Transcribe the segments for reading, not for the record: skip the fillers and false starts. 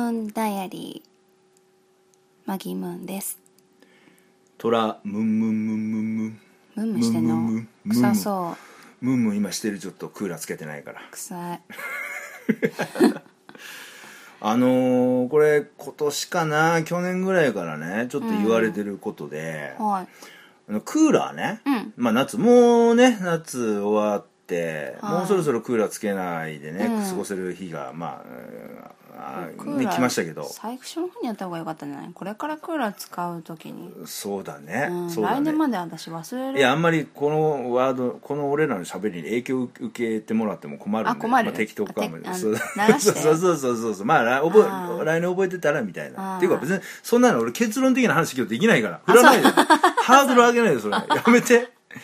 ーンダイアリー、マギームーンです。 トラムンムンムンムンムンムンムンしてんの？臭そう。 ムンムン今してる。ちょっとクーラーつけてないから臭い。 これ今年かな、去年ぐらいからねちょっと言われてることで、 はい、 クーラーね、まあ夏終わって、はい、もうそろそろクーラーつけないでね、過ごせる日がまあね、来ましたけど、 最初の方にやった方が良かったんじゃない？これからクーラー使う時に。 そうだね、 来年まで私忘れる。 いや、あんまりこのワード、この俺らの喋りに影響を受けてもらっても困るんで、 困る、 適当かも。そうそうまあ来年覚えてたらみたいな。っていうか別にそんなの俺結論的な話今日できないから振らないで、ハードル上げないで、それやめて。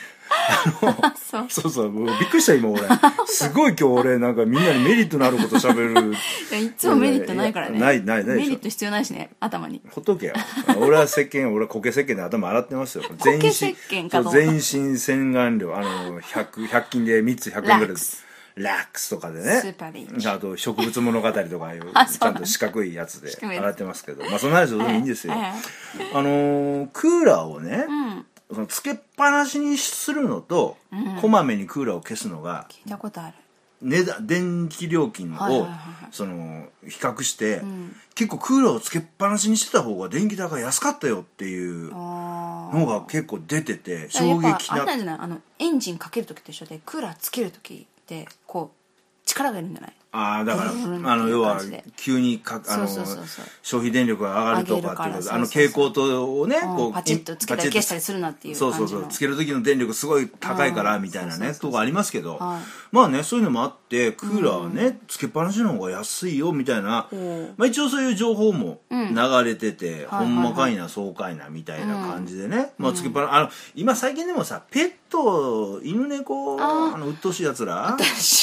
そうもうびっくりした今俺。すごい今日俺なんかみんなにメリットのあること喋る。 いつもメリットないからね。 ないメリット必要ないしね、頭に。 ほっとけよ。俺は苔石鹸で頭洗ってますよ。 苔石鹸かどうか。 全身洗顔料100均で3つ100円ぐらいラックスとかでね、 スーパーリーチ、 あと植物物語とかいうちゃんと四角いやつで洗ってますけど、まあそんな話どうでもいいんですよ。クーラーをね、そのつけっぱなしにするのと、こまめにクーラーを消すのが、 聞いたことある。 電気料金をその比較して、結構クーラーをつけっぱなしにしてた方が電気代が安かったよっていうのが結構出てて、衝撃な。 あれなんじゃない？エンジンかける時と一緒で、クーラーつける時ってこう力がいるんじゃない？ だから要は急に消費電力が上がるとかっていうこと、蛍光灯をねこうパチッとつけたり消したりするなっていう感じの。 そうつける時の電力すごい高いからみたいなねとこありますけど、まあねそういうのもあってクーラーねつけっぱなしの方が安いよみたいな、まあ一応そういう情報も流れてて、ほんまかいなそうかいなみたいな感じでね、まあつけっぱな今最近でもさ、ペット犬猫うっとうしいやつら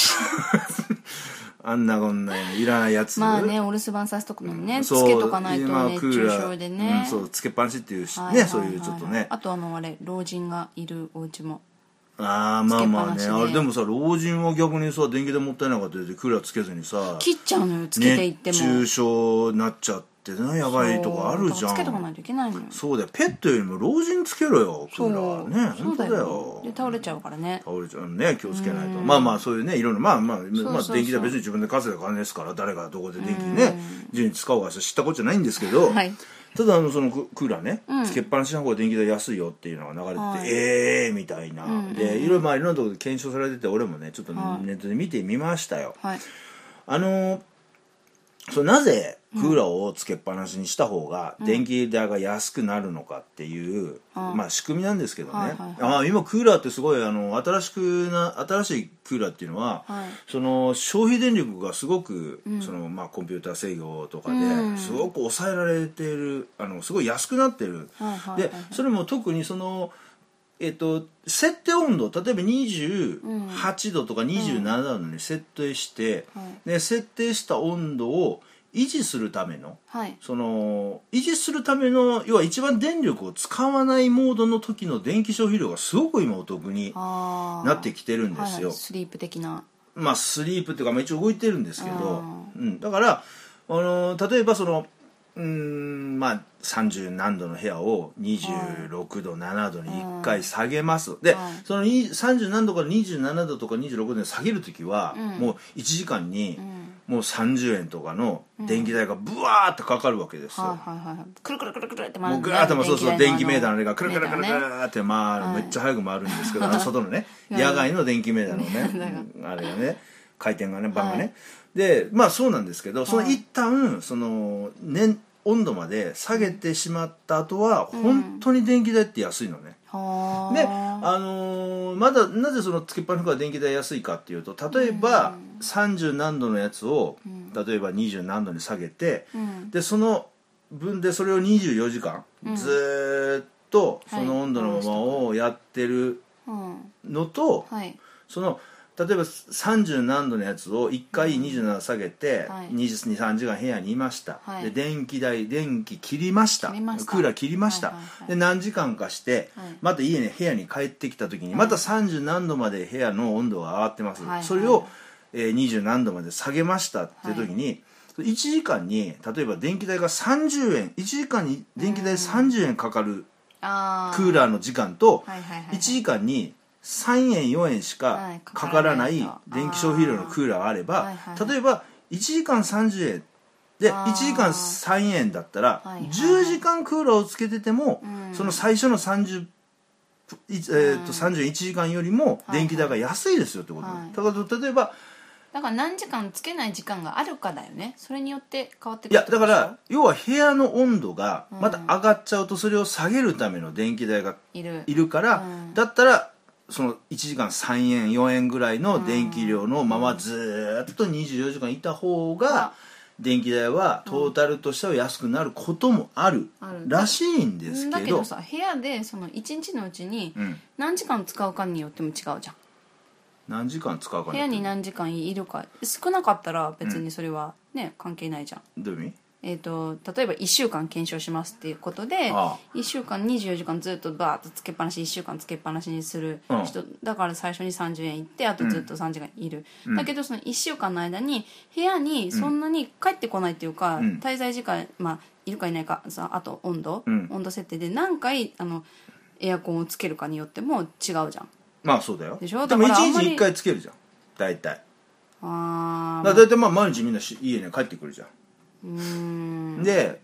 あんなこんないらないやつ、 まあね、お留守番させとくのにね、つけとかないと熱中症でね、 そうつけっぱなしっていうね、そういうちょっとね、 あと老人がいるお家もまあね、あれでもさ、老人は逆にさ電気でもったいなかったでクーラーつけずにさ切っちゃうのよ、つけていっても熱中症になっちゃってね、やばいとこあるじゃん。 つけとかないといけないのよ。 そうだよ、ペットよりも老人つけろよクーラーね。 本当だよ。で倒れちゃうからね。 倒れちゃうね、気をつけないと。まあそういうね、いろいろまあ電気代別に自分で稼いだ金ですから、誰がどこで電気ね自由に使おうか知ったことじゃないんですけど、ただそのクーラーね、つけっぱなしの方が電気代安いよっていうのが流れてて、みたいな、でいろいろなところで検証されてて、俺もねちょっとネットで見てみましたよ。なぜクーラーをつけっぱなしにした方が電気代が安くなるのかっていう、まあ仕組みなんですけどね、今クーラーってすごい新しいクーラーっていうのは、その消費電力がすごく、まあコンピューター制御とかですごく抑えられている、すごい安くなってる。でそれも特にその設定温度、例えば28度とか27度に設定して、で設定した温度を維持するための、要は一番電力を使わないモードの時の電気消費量がすごく今お得になってきてるんですよ。 スリープ的な。 まあスリープっていうか、一応動いてるんですけど、だから例えばまあ30何度の部屋を26度、7度に1回下げます。で、その30何度から27度とか26度に下げるときは、もう1時間にもう30円とかの電気代がブワーってかかるわけですよ。 くるくるくるくるって回る。 もうグーッとそう電気メーターのあれがくるくるくるくるってめっちゃ早く回るんですけど、外のね野外の電気メーターのねあれがね回転がね盤がね。でまあそうなんですけど、その一旦温度まで下げてしまった後は本当に電気代って安いのね。でまだなぜそのつけっぱなしが電気代安いかっていうと、例えば30何度のやつを例えば20何度に下げて、でその分でそれを24時間ずっとその温度のままをやってるのと、その例えば30何度のやつを1回27下げて23時間部屋にいました、で電気切りました、クーラー切りました、で何時間かして、また部屋に帰ってきた時にまた30何度まで部屋の温度が上がってます、それを20何度まで下げましたっていう時に、 1時間に例えば電気代が30円1時間に電気代30円かかるクーラーの時間と1時間に3円4円しかかからない電気消費量のクーラーがあれば、例えば1時間30円で1時間3円だったら10時間クーラーをつけててもその最初の31時間よりも電気代が安いですよってこと、だから例えばだから何時間つけない時間があるかだよね。それによって変わってくる。 る。 いやだから要は部屋の温度がまた上がっちゃうとそれを下げるための電気代がいるから、だったらその1時間3円4円ぐらいの電気量のままずっと24時間いた方が電気代はトータルとしては安くなることもあるらしいんですけど、 だけどさ、部屋でその1日のうちに何時間使うかによっても違うじゃん。 何時間使うか部屋に何時間いるか少なかったら別にそれはね、関係ないじゃん。 どういう意味？ 例えば1週間検証しますっていうことで1週間24時間ずっとバーッとつけっぱなし1週間つけっぱなしにする人だから最初に30円いってあとずっと3時間いる、だけどその1週間の間に部屋にそんなに帰ってこないっていうか、滞在時間いるかいないかさ、あと温度設定で何回エアコンをつけるかによっても違うじゃん。 まあそうだよ。 でしょ？ でも1日1回つけるじゃん大体。大体毎日みんな家に帰ってくるじゃん。で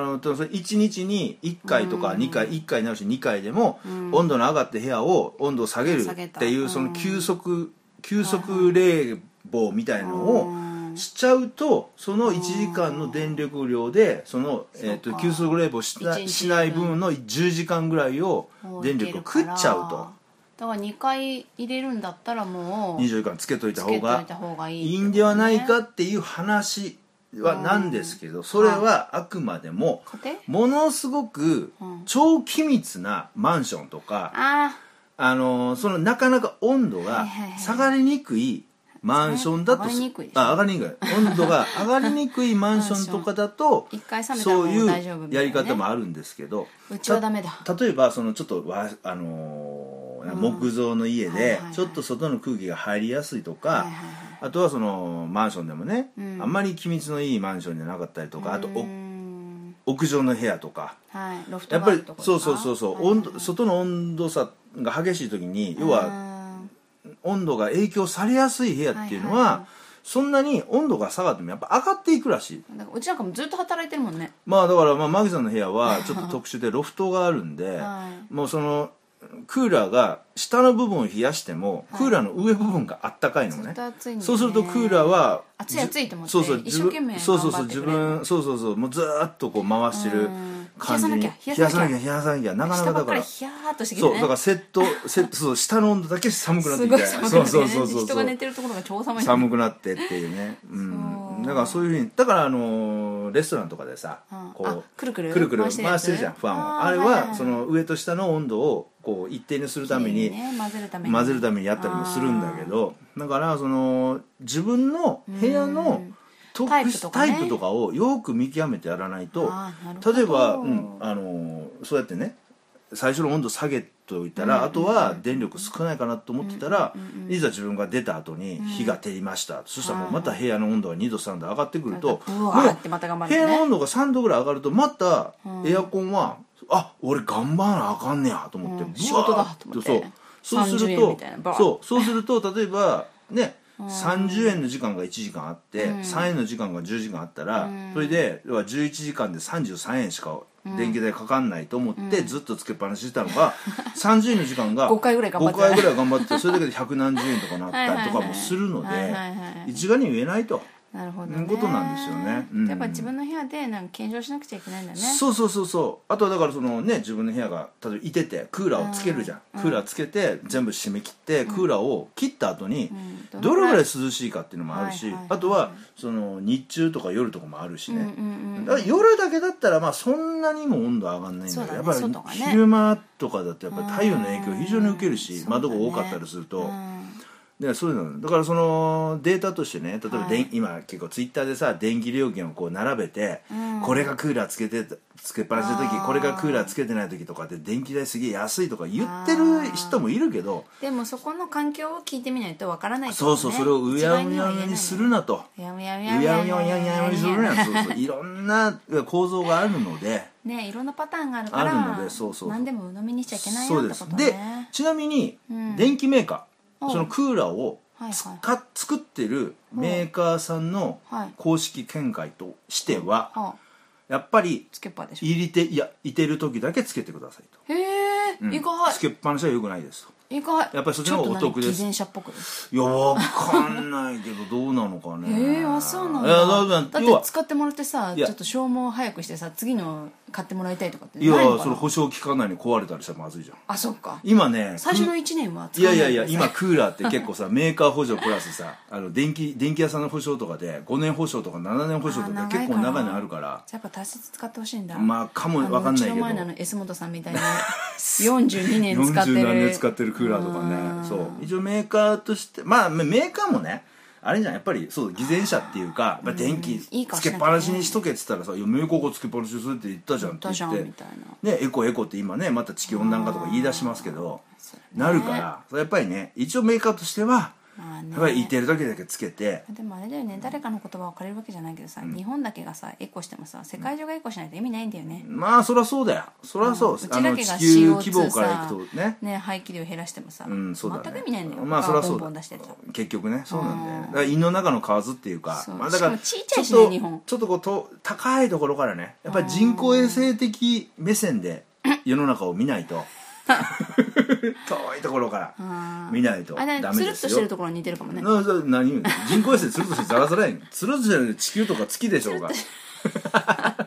1日に1回とか2回1回になるし2回でも温度の上がって部屋を温度を下げるっていうその急速冷房みたいなのをしちゃうとその1時間の電力量でその急速冷房しない分の10時間ぐらいを電力を食っちゃうと。 だから2回入れるんだったらもう 24時間つけといた方がいいんではないかっていう話はなんですけど、それはあくまでもものすごく超機密なマンションとかそのなかなか温度が下がりにくいマンションだと、温度が上がりにくいマンションとかだとそういうやり方もあるんですけど、 うちはダメだ。 例えばそのちょっと木造の家でちょっと外の空気が入りやすいとか、あとはそのマンションでもね、あんまり気密のいいマンションじゃなかったりとか、あと屋上の部屋とか、やっぱりそう外の温度差が激しい時に要は温度が影響されやすい部屋っていうのはそんなに温度が下がってもやっぱ上がっていくらしい。 だからうちなんかもずっと働いてるもんね。 だからマギさんの部屋はちょっと特殊でロフトがあるんで、もうそのクーラーが下の部分を冷やしてもクーラーの上部分があったかいのね。そうするとクーラーは暑いと思って一生懸命頑張ってくれる。 もうずーっとこう回してる感じに冷やさなきゃなかなかだからヒヤーっとしてきてそうだからセット下の温度だけ寒くなってきて人が寝てるところが超寒くなってっていうね。だからそういうふうにだからレストランとかでさこうくるくる回してるじゃんファンを。あれはその上と下の温度をこう一定にするために混ぜるためにやったりもするんだけど、だからその自分の部屋のタイプとかをよく見極めてやらないと、例えばそうやってね最初の温度下げといたら、あとは電力少ないかなと思ってたら、いざ自分が出た後に日が照りました、そしたらもうまた部屋の温度が2度3度上がってくると、もう部屋の温度が3度ぐらい上がるとまたエアコンは俺頑張らなあかんねやと思って、 仕事だと思って、 そうすると例えばね30円の時間が1時間あって、3円の時間が10時間あったら、それで要は11時間で33円しか電気代かかんないと思ってずっとつけっぱなししたのが、30円の時間が 5回ぐらい頑張ってそれだけで100何十円とかなったりとかもするので、一概に言えないと。 なるほどね、 ことなんですよね。 やっぱり自分の部屋でなんか検証しなくちゃいけないんだね。 そうあとはだからそのね自分の部屋が例えばいててクーラーをつけるじゃん、クーラーつけて全部閉め切ってクーラーを切った後にどれぐらい涼しいかっていうのもあるし、あとはその日中とか夜とかもあるしね、だから夜だけだったらそんなにも温度上がんないんだけど、やっぱり昼間とかだとやっぱり太陽の影響を非常に受けるし、窓が多かったりするとでそういうのだからそのデータとしてね、例えば今結構ツイッターでさ電気料金をこう並べて、これがクーラーつけっぱなしの時、これがクーラーつけてない時とかで電気代すげえ安いとか言ってる人もいるけど、 でもそこの環境を聞いてみないとわからないってことね。そうそう、それをうやむやにするなと、うやむやにするな、そうそう、いろんな構造があるのでね、いろんなパターンがあるから何でも鵜呑みにしちゃいけないよってことね。 でちなみに電気メーカー、そのクーラーを作ってるメーカーさんの公式見解としては、やっぱりいてる時だけつけてくださいと。 へえ、意外。 つけっぱなしは良くないですと。 意外。 やっぱりそっちの方がお得です。 偽善者っぽく。 いや、わかんないけどどうなのかね。 あ、そうなんだ。だって使ってもらってさ、ちょっと消耗早くしてさ、次の買ってもらいたいとかってないのかな。いや、 それ保証期間内に壊れたりしたらまずいじゃん。 あ、そっか。 今ね、 最初の1年は使わない。 いや今クーラーって結構さメーカー補助プラスさ、電気屋さんの保証とかで5年保証とか7年保証とか結構長いのあるから。 やっぱ大切使ってほしいんだ。 まあかもわかんないけど。うちの前のS本さんみたいに42年使ってる 40何年使ってるクーラーとかね。そう一応メーカーとしてまあメーカーもねあれじゃん、やっぱりそう偽善者っていうか、電気つけっぱなしにしとけっつったらさ「いやメーカーがつけっぱなしにするって言ったじゃん」って言ってね、エコって今ねまた地球温暖化とか言い出しますけど、なるからやっぱりね一応メーカーとしてはやっぱりいてる時だけつけて。 でもあれだよね、誰かの言葉を借りるわけじゃないけどさ、日本だけがさエコしてもさ世界中がエコしないと意味ないんだよね。 まあそりゃそうだよ、そりゃそう。 うちだけが地球規模からいくとね排気量減らしてもさ全く意味ないんだよ。 まあそりゃそうだ、結局ねそうなんだよね。だから胃の中の蛙っていうか、だからちょっとこう高いところからねやっぱり人工衛生的目線で世の中を見ないと遠いところから見ないとダメですよ。 つるっとしてるところに似てるかもね。 何人工衛星つるっとしてザラザラやん。つるっとしてる地球とか月でしょうが